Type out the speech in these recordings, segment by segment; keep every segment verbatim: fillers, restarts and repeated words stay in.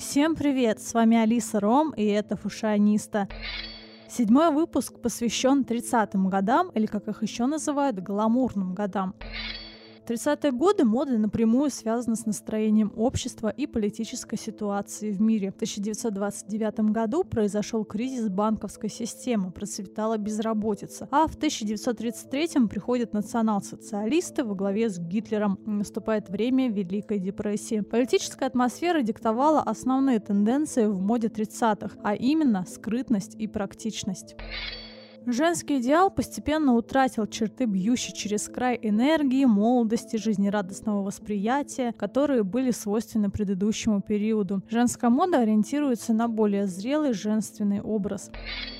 Всем привет! С вами Алиса Ром, и это Фашиониста. Седьмой выпуск посвящен тридцатым годам, или как их еще называют, гламурным годам. тридцатые годы моды напрямую связаны с настроением общества и политической ситуацией в мире. В тысяча девятьсот двадцать девятом году произошел кризис банковской системы, процветала безработица, а в тысяча девятьсот тридцать третьем приходят национал-социалисты во главе с Гитлером, и наступает время Великой депрессии. Политическая атмосфера диктовала основные тенденции в моде тридцатых, а именно скрытность и практичность. Женский идеал постепенно утратил черты бьющей через край энергии, молодости, жизнерадостного восприятия, которые были свойственны предыдущему периоду. Женская мода ориентируется на более зрелый женственный образ.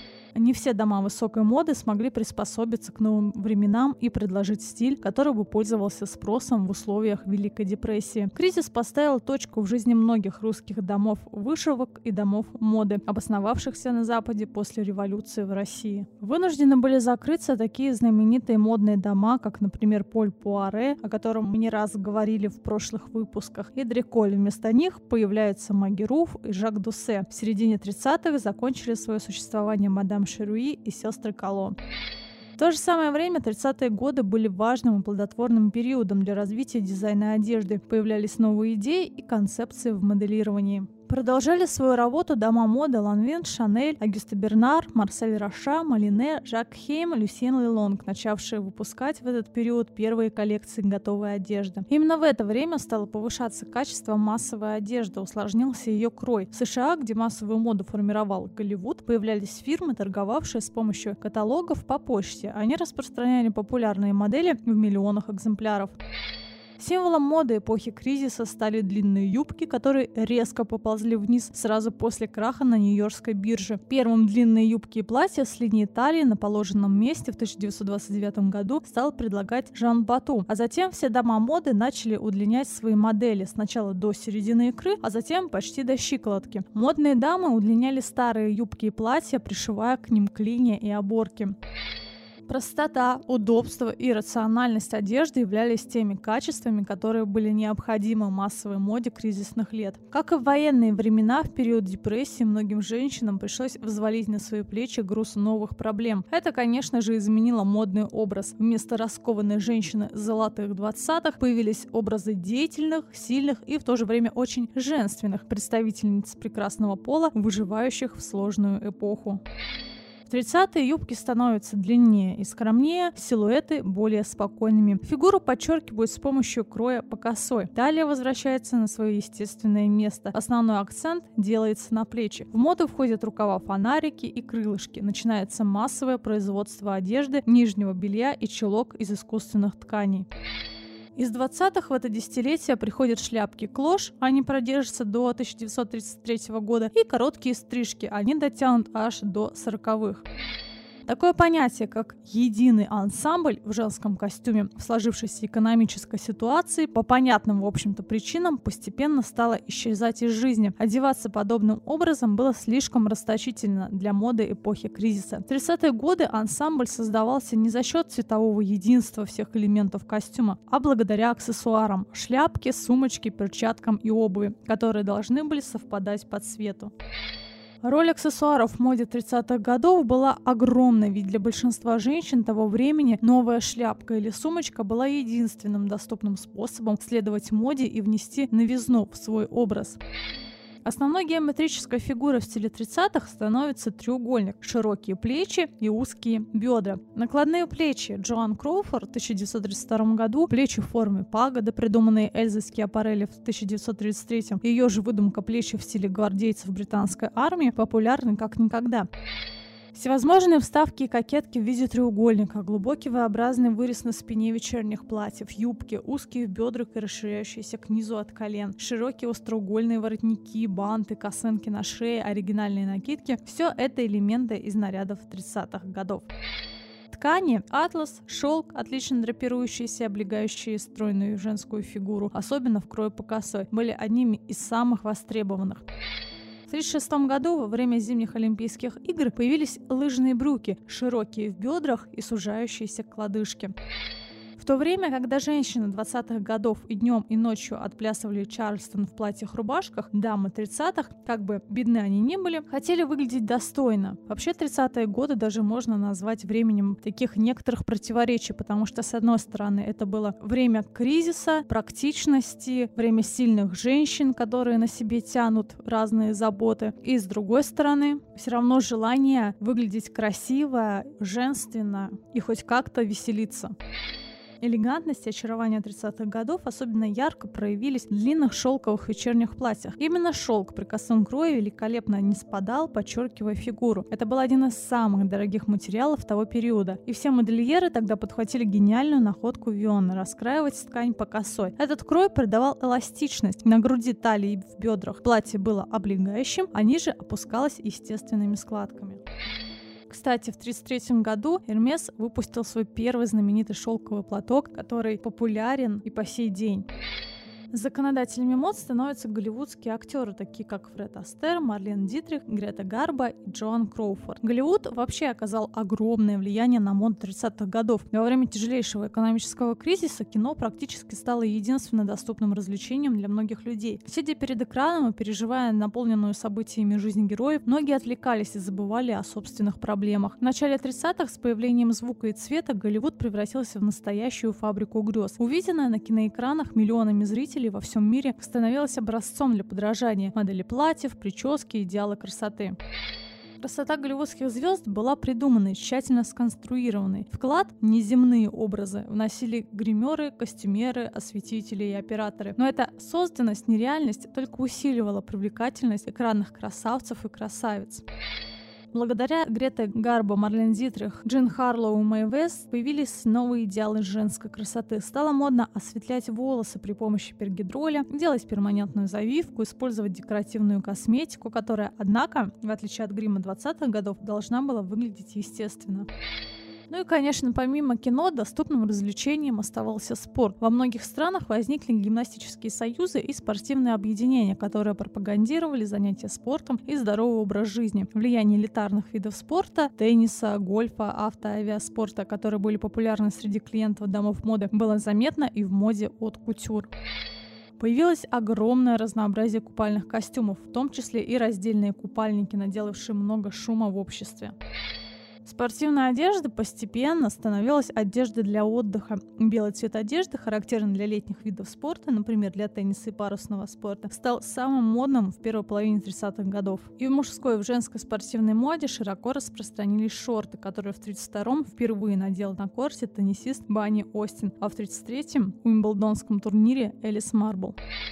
Не все дома высокой моды смогли приспособиться к новым временам и предложить стиль, который бы пользовался спросом в условиях Великой депрессии. Кризис поставил точку в жизни многих русских домов вышивок и домов моды, обосновавшихся на Западе после революции в России. Вынуждены были закрыться такие знаменитые модные дома, как, например, Поль Пуаре, о котором мы не раз говорили в прошлых выпусках, и Дреколь. Вместо них появляются Маги Руф и Жак Дуссе. В середине тридцатых закончили свое существование мадам Шеруи и сестры Кало. В то же самое время тридцатые годы были важным и плодотворным периодом для развития дизайна одежды. Появлялись новые идеи и концепции в моделировании. Продолжали свою работу дома моды Ланвин, Шанель, Агюста Бернар, Марсель Роша, Малине, Жак Хейм, Люсьен Лелонг, начавшие выпускать в этот период первые коллекции готовой одежды. Именно в это время стало повышаться качество массовой одежды, усложнился ее крой. В США, где массовую моду формировал Голливуд, появлялись фирмы, торговавшие с помощью каталогов по почте. Они распространяли популярные модели в миллионах экземпляров. Символом моды эпохи кризиса стали длинные юбки, которые резко поползли вниз сразу после краха на Нью-Йоркской бирже. Первым длинные юбки и платья с линией талии на положенном месте в тысяча девятьсот двадцать девятом году стал предлагать Жан Бату. А затем все дома моды начали удлинять свои модели сначала до середины икры, а затем почти до щиколотки. Модные дамы удлиняли старые юбки и платья, пришивая к ним клинья и оборки. Простота, удобство и рациональность одежды являлись теми качествами, которые были необходимы массовой моде кризисных лет. Как и в военные времена, в период депрессии многим женщинам пришлось взвалить на свои плечи груз новых проблем. Это, конечно же, изменило модный образ. Вместо раскованной женщины золотых двадцатых появились образы деятельных, сильных и в то же время очень женственных представительниц прекрасного пола, выживающих в сложную эпоху. В тридцатые юбки становятся длиннее и скромнее, силуэты более спокойными. Фигуру подчеркивают с помощью кроя по косой. Талия возвращается на свое естественное место. Основной акцент делается на плечи. В моду входят рукава-фонарики и крылышки. Начинается массовое производство одежды, нижнего белья и чулок из искусственных тканей. Из двадцатых в это десятилетие приходят шляпки-клош, они продержатся до тысяча девятьсот тридцать третьего года, и короткие стрижки, они дотянут аж до сороковых. Такое понятие, как единый ансамбль в женском костюме в сложившейся экономической ситуации по понятным, в общем-то, причинам постепенно стало исчезать из жизни. Одеваться подобным образом было слишком расточительно для моды эпохи кризиса. В тридцатые годы ансамбль создавался не за счет цветового единства всех элементов костюма, а благодаря аксессуарам – шляпке, сумочке, перчаткам и обуви, которые должны были совпадать по цвету. Роль аксессуаров в моде тридцатых годов была огромной, ведь для большинства женщин того времени новая шляпка или сумочка была единственным доступным способом следовать моде и внести новизну в свой образ. Основной геометрической фигурой в стиле тридцатых становится треугольник, широкие плечи и узкие бедра. Накладные плечи Джоан Кроуфорд в тысяча девятьсот тридцать втором году, плечи в форме пагоды, придуманные Эльзой Скиапарелли в тысяча девятьсот тридцать третьем, и ее же выдумка плечи в стиле гвардейцев британской армии популярны как никогда. Всевозможные вставки и кокетки в виде треугольника, глубокий V-образный вырез на спине вечерних платьев, юбки, узкие в бедрах и расширяющиеся к низу от колен, широкие остроугольные воротники, банты, косынки на шее, оригинальные накидки – все это элементы из нарядов тридцатых годов. Ткани – атлас, шелк, отлично драпирующиеся, облегающие стройную женскую фигуру, особенно в крое по косой, были одними из самых востребованных. В тысяча девятьсот тридцать шестом году во время зимних Олимпийских игр появились лыжные брюки, широкие в бедрах и сужающиеся к лодыжке. В то время, когда женщины двадцатых годов и днем, и ночью отплясывали Чарльстон в платьях-рубашках, дамы тридцатых, как бы бедны они ни были, хотели выглядеть достойно. Вообще тридцатые годы даже можно назвать временем таких некоторых противоречий, потому что, с одной стороны, это было время кризиса, практичности, время сильных женщин, которые на себе тянут разные заботы, и с другой стороны, все равно желание выглядеть красиво, женственно и хоть как-то веселиться. Элегантность и очарование тридцатых годов особенно ярко проявились в длинных шелковых вечерних платьях. Именно шелк при косом крое великолепно не спадал, подчеркивая фигуру. Это был один из самых дорогих материалов того периода. И все модельеры тогда подхватили гениальную находку Вионы — раскраивать ткань по косой. Этот крой придавал эластичность. На груди, талии и в бедрах платье было облегающим, а ниже опускалось естественными складками. Кстати, в тысяча девятьсот тридцать третьем году Hermès выпустил свой первый знаменитый шелковый платок, который популярен и по сей день. Законодателями мод становятся голливудские актеры, такие как Фред Астер, Марлен Дитрих, Грета Гарбо и Джоан Кроуфорд. Голливуд вообще оказал огромное влияние на моду тридцатых годов. Во время тяжелейшего экономического кризиса кино практически стало единственно доступным развлечением для многих людей. Сидя перед экраном и переживая наполненную событиями жизнь героев, многие отвлекались и забывали о собственных проблемах. В начале тридцатых с появлением звука и цвета Голливуд превратился в настоящую фабрику грез. Увиденное на киноэкранах миллионами зрителей во всем мире становилось образцом для подражания. Модели платьев, прически, идеалы красоты. Красота голливудских звезд была придуманной, тщательно сконструированной. Вклад в неземные образы вносили гримеры, костюмеры, осветители и операторы. Но эта созданность, нереальность только усиливала привлекательность экранных красавцев и красавиц. Благодаря Грете Гарбо, Марлен Дитрих, Джин Харлоу и Мэй Вест появились новые идеалы женской красоты. Стало модно осветлять волосы при помощи пергидроля, делать перманентную завивку, использовать декоративную косметику, которая, однако, в отличие от грима двадцатых годов, должна была выглядеть естественно. Ну и, конечно, помимо кино, доступным развлечением оставался спорт. Во многих странах возникли гимнастические союзы и спортивные объединения, которые пропагандировали занятия спортом и здоровый образ жизни. Влияние элитарных видов спорта, тенниса, гольфа, авто- и авиаспорта, которые были популярны среди клиентов домов моды, было заметно и в моде от кутюр. Появилось огромное разнообразие купальных костюмов, в том числе и раздельные купальники, наделавшие много шума в обществе. Спортивная одежда постепенно становилась одеждой для отдыха. Белый цвет одежды, характерный для летних видов спорта, например, для тенниса и парусного спорта, стал самым модным в первой половине тридцатых годов. И в мужской, и в женской спортивной моде широко распространились шорты, которые в тридцать втором впервые надел на корте теннисист Банни Остин, а в тридцать третьем в Уимблдонском турнире Элис Марбл.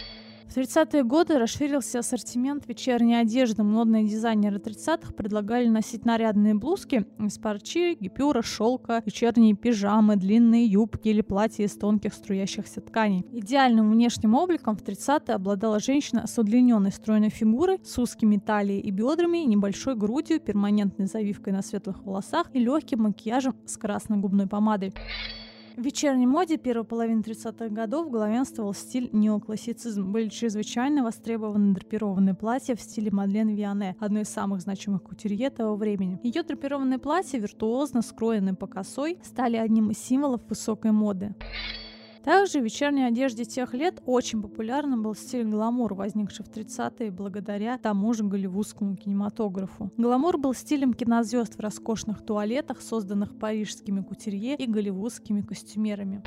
В тридцатые годы расширился ассортимент вечерней одежды. Модные дизайнеры тридцатых предлагали носить нарядные блузки из парчи, гипюра, шелка, вечерние пижамы, длинные юбки или платья из тонких струящихся тканей. Идеальным внешним обликом в тридцатые обладала женщина с удлиненной стройной фигурой, с узкими талией и бедрами, небольшой грудью, перманентной завивкой на светлых волосах и легким макияжем с красной губной помадой. В вечерней моде первой половины тридцатых годов главенствовал стиль неоклассицизм. Были чрезвычайно востребованы драпированные платья в стиле Мадлен Виане, одной из самых значимых кутюрье того времени. Ее драпированные платья, виртуозно скроенные по косой, стали одним из символов высокой моды. Также в вечерней одежде тех лет очень популярным был стиль гламур, возникший в тридцатые благодаря тому же голливудскому кинематографу. Гламур был стилем кинозвезд в роскошных туалетах, созданных парижскими кутюрье и голливудскими костюмерами.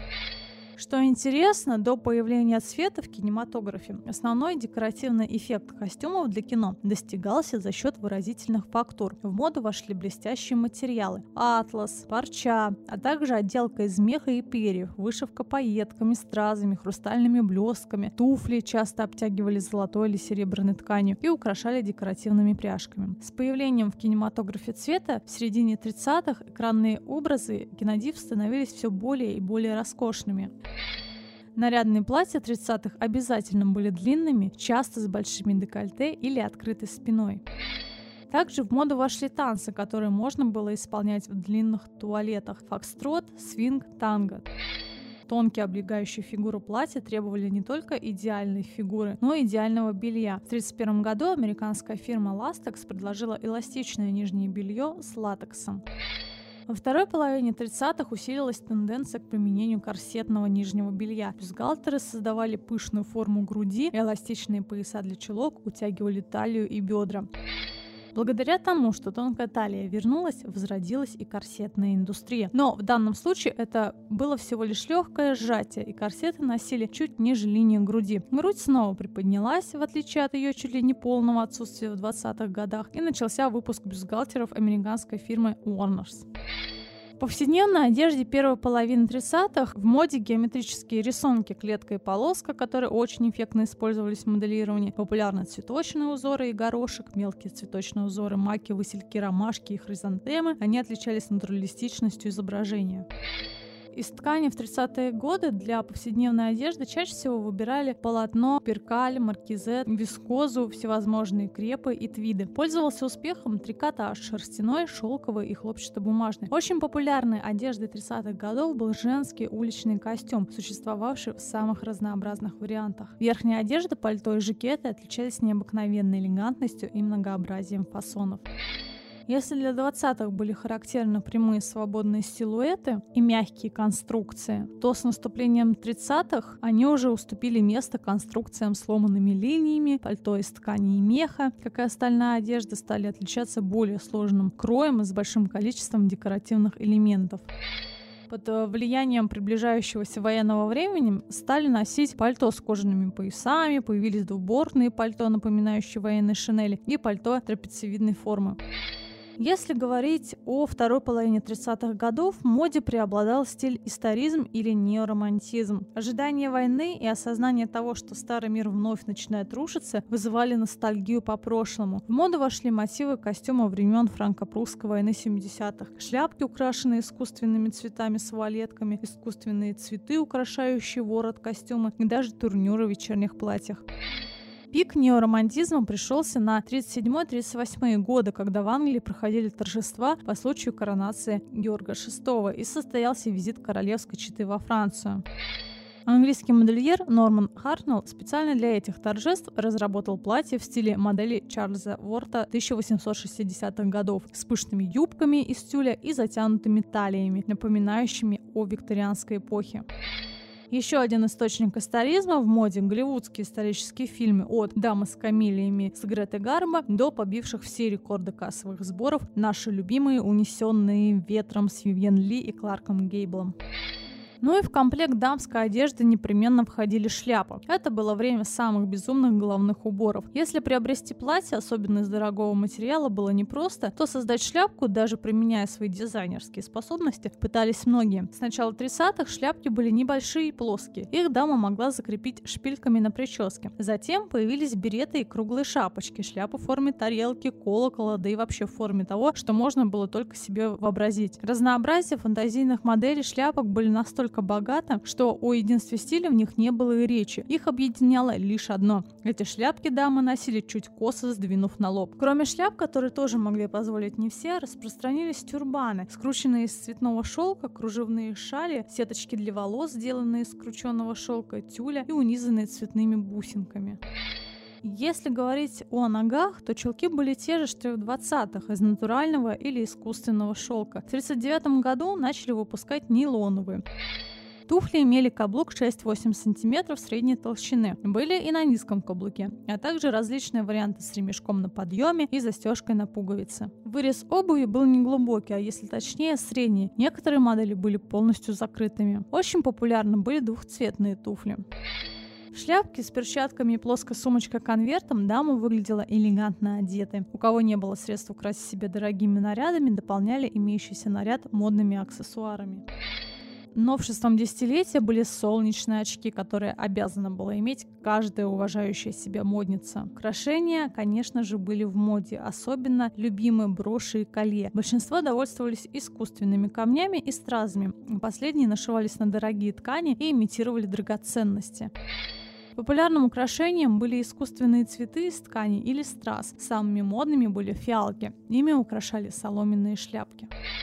Что интересно, до появления цвета в кинематографе основной декоративный эффект костюмов для кино достигался за счет выразительных фактур. В моду вошли блестящие материалы – атлас, парча, а также отделка из меха и перьев, вышивка пайетками, стразами, хрустальными блестками, туфли часто обтягивали золотой или серебряной тканью и украшали декоративными пряжками. С появлением в кинематографе цвета в середине тридцатых экранные образы кинодив становились все более и более роскошными. Нарядные платья тридцатых обязательно были длинными, часто с большими декольте или открытой спиной. Также в моду вошли танцы, которые можно было исполнять в длинных туалетах – фокстрот, свинг, танго. Тонкие облегающие фигуру платья требовали не только идеальной фигуры, но и идеального белья. В тысяча девятьсот тридцать первом году американская фирма Lastex предложила эластичное нижнее белье с латексом. Во второй половине тридцатых усилилась тенденция к применению корсетного нижнего белья. Бюстгальтеры создавали пышную форму груди, эластичные пояса для чулок утягивали талию и бедра. Благодаря тому, что тонкая талия вернулась, возродилась и корсетная индустрия. Но в данном случае это было всего лишь легкое сжатие, и корсеты носили чуть ниже линии груди. Грудь снова приподнялась, в отличие от ее чуть ли не полного отсутствия в двадцатых годах, и начался выпуск бюстгальтеров американской фирмы Warners. В повседневной одежде первой половины тридцатых в моде геометрические рисунки клетка и полоска, которые очень эффектно использовались в моделировании, популярны цветочные узоры и горошек, мелкие цветочные узоры, маки, васильки, ромашки и хризантемы, они отличались натуралистичностью изображения. Из ткани в тридцатые годы для повседневной одежды чаще всего выбирали полотно, перкаль, маркизет, вискозу, всевозможные крепы и твиды. Пользовался успехом трикотаж – шерстяной, шелковый и хлопчатобумажный. Очень популярной одеждой тридцатых годов был женский уличный костюм, существовавший в самых разнообразных вариантах. Верхняя одежда, пальто и жакеты отличались необыкновенной элегантностью и многообразием фасонов. Если для двадцатых были характерны прямые свободные силуэты и мягкие конструкции, то с наступлением тридцатых они уже уступили место конструкциям с сломанными линиями, пальто из ткани и меха, как и остальная одежда, стали отличаться более сложным кроем и с большим количеством декоративных элементов. Под влиянием приближающегося военного времени стали носить пальто с кожаными поясами, появились двубортные пальто, напоминающие военные шинели, и пальто трапециевидной формы. Если говорить о второй половине тридцатых годов, в моде преобладал стиль историзм или неоромантизм. Ожидание войны и осознание того, что старый мир вновь начинает рушиться, вызывали ностальгию по прошлому. В моду вошли мотивы костюма времен франко-прусской войны семидесятых. Шляпки, украшенные искусственными цветами с вуалетками, искусственные цветы, украшающие ворот костюма, и даже турнюры в вечерних платьях. Пик неоромантизма пришелся на тридцать седьмой — тридцать восьмой годы, когда в Англии проходили торжества по случаю коронации Георга шестого и состоялся визит королевской четы во Францию. Английский модельер Норман Хартнелл специально для этих торжеств разработал платье в стиле модели Чарльза Ворта тысяча восемьсот шестидесятых годов с пышными юбками из тюля и затянутыми талиями, напоминающими о викторианской эпохе. Еще один источник историзма в моде — голливудские исторические фильмы от «Дамы с камелиями» с Гретой Гарбо до побивших все рекорды кассовых сборов наши любимые «Унесенные ветром» с Вивьен Ли и Кларком Гейблом. Ну и в комплект дамской одежды непременно входили шляпы. Это было время самых безумных головных уборов. Если приобрести платье, особенно из дорогого материала, было непросто, то создать шляпку, даже применяя свои дизайнерские способности, пытались многие. С начала тридцатых шляпки были небольшие и плоские. Их дама могла закрепить шпильками на прическе. Затем появились береты и круглые шапочки, шляпы в форме тарелки, колокола, да и вообще в форме того, что можно было только себе вообразить. Разнообразие фантазийных моделей шляпок были настолько богато, что о единстве стиля в них не было и речи. Их объединяло лишь одно. Эти шляпки дамы носили чуть косо, сдвинув на лоб. Кроме шляп, которые тоже могли позволить не все, распространились тюрбаны, скрученные из цветного шелка, кружевные шали, сеточки для волос, сделанные из скрученного шелка, тюля и унизанные цветными бусинками. Если говорить о ногах, то чулки были те же, что и в двадцатых, из натурального или искусственного шелка. В тридцать девятом году начали выпускать нейлоновые. Туфли имели каблук шесть-восемь сантиметров средней толщины. Были и на низком каблуке, а также различные варианты с ремешком на подъеме и застежкой на пуговице. Вырез обуви был не глубокий, а если точнее средний. Некоторые модели были полностью закрытыми. Очень популярны были двухцветные туфли. В шляпке с перчатками и плоской сумочкой-конвертом дама выглядела элегантно одетой. У кого не было средств украсить себя дорогими нарядами, дополняли имеющийся наряд модными аксессуарами. Новшеством десятилетия были солнечные очки, которые обязана была иметь каждая уважающая себя модница. Украшения, конечно же, были в моде, особенно любимые броши и колье. Большинство довольствовались искусственными камнями и стразами. Последние нашивались на дорогие ткани и имитировали драгоценности. Популярным украшением были искусственные цветы из ткани или страз. Самыми модными были фиалки. Ими украшали соломенные шляпки.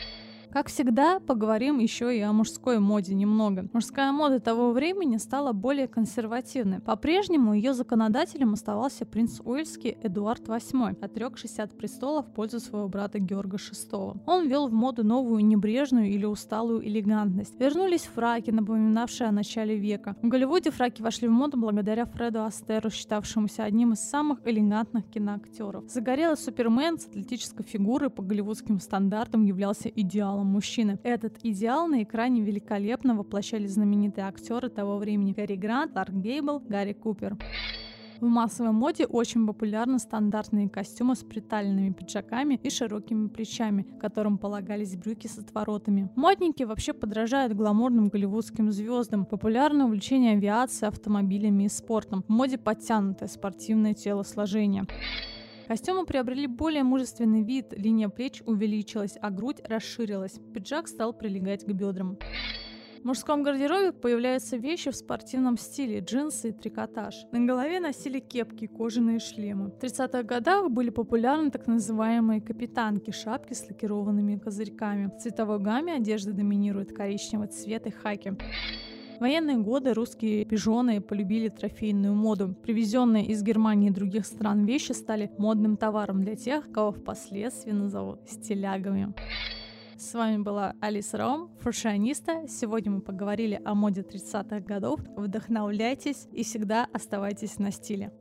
Как всегда, поговорим еще и о мужской моде немного. Мужская мода того времени стала более консервативной. По-прежнему ее законодателем оставался принц Уэльский Эдуард восьмой, отрекшийся от престола в пользу своего брата Георга шестого. Он ввел в моду новую небрежную или усталую элегантность. Вернулись фраки, напоминавшие о начале века. В Голливуде фраки вошли в моду благодаря Фреду Астеру, считавшемуся одним из самых элегантных киноактеров. Загорелый супермен с атлетической фигурой по голливудским стандартам являлся идеалом мужчины. Этот идеал на экране великолепно воплощали знаменитые актеры того времени: Кэрри Грант, Кларк Гейбл, Гарри Купер. В массовой моде очень популярны стандартные костюмы с приталенными пиджаками и широкими плечами, к которым полагались брюки с отворотами. Модники вообще подражают гламурным голливудским звездам. Популярно увлечение авиацией, автомобилями и спортом. В моде подтянутое спортивное телосложение. Костюмы приобрели более мужественный вид, линия плеч увеличилась, а грудь расширилась. Пиджак стал прилегать к бедрам. В мужском гардеробе появляются вещи в спортивном стиле, джинсы и трикотаж. На голове носили кепки, кожаные шлемы. В тридцатых годах были популярны так называемые капитанки, шапки с лакированными козырьками. В цветовой гамме одежды доминирует коричневый цвет и хаки. В военные годы русские пижоны полюбили трофейную моду. Привезенные из Германии и других стран вещи стали модным товаром для тех, кого впоследствии назовут стилягами. С вами была Алиса Ром, фэшиониста. Сегодня мы поговорили о моде тридцатых годов. Вдохновляйтесь и всегда оставайтесь на стиле.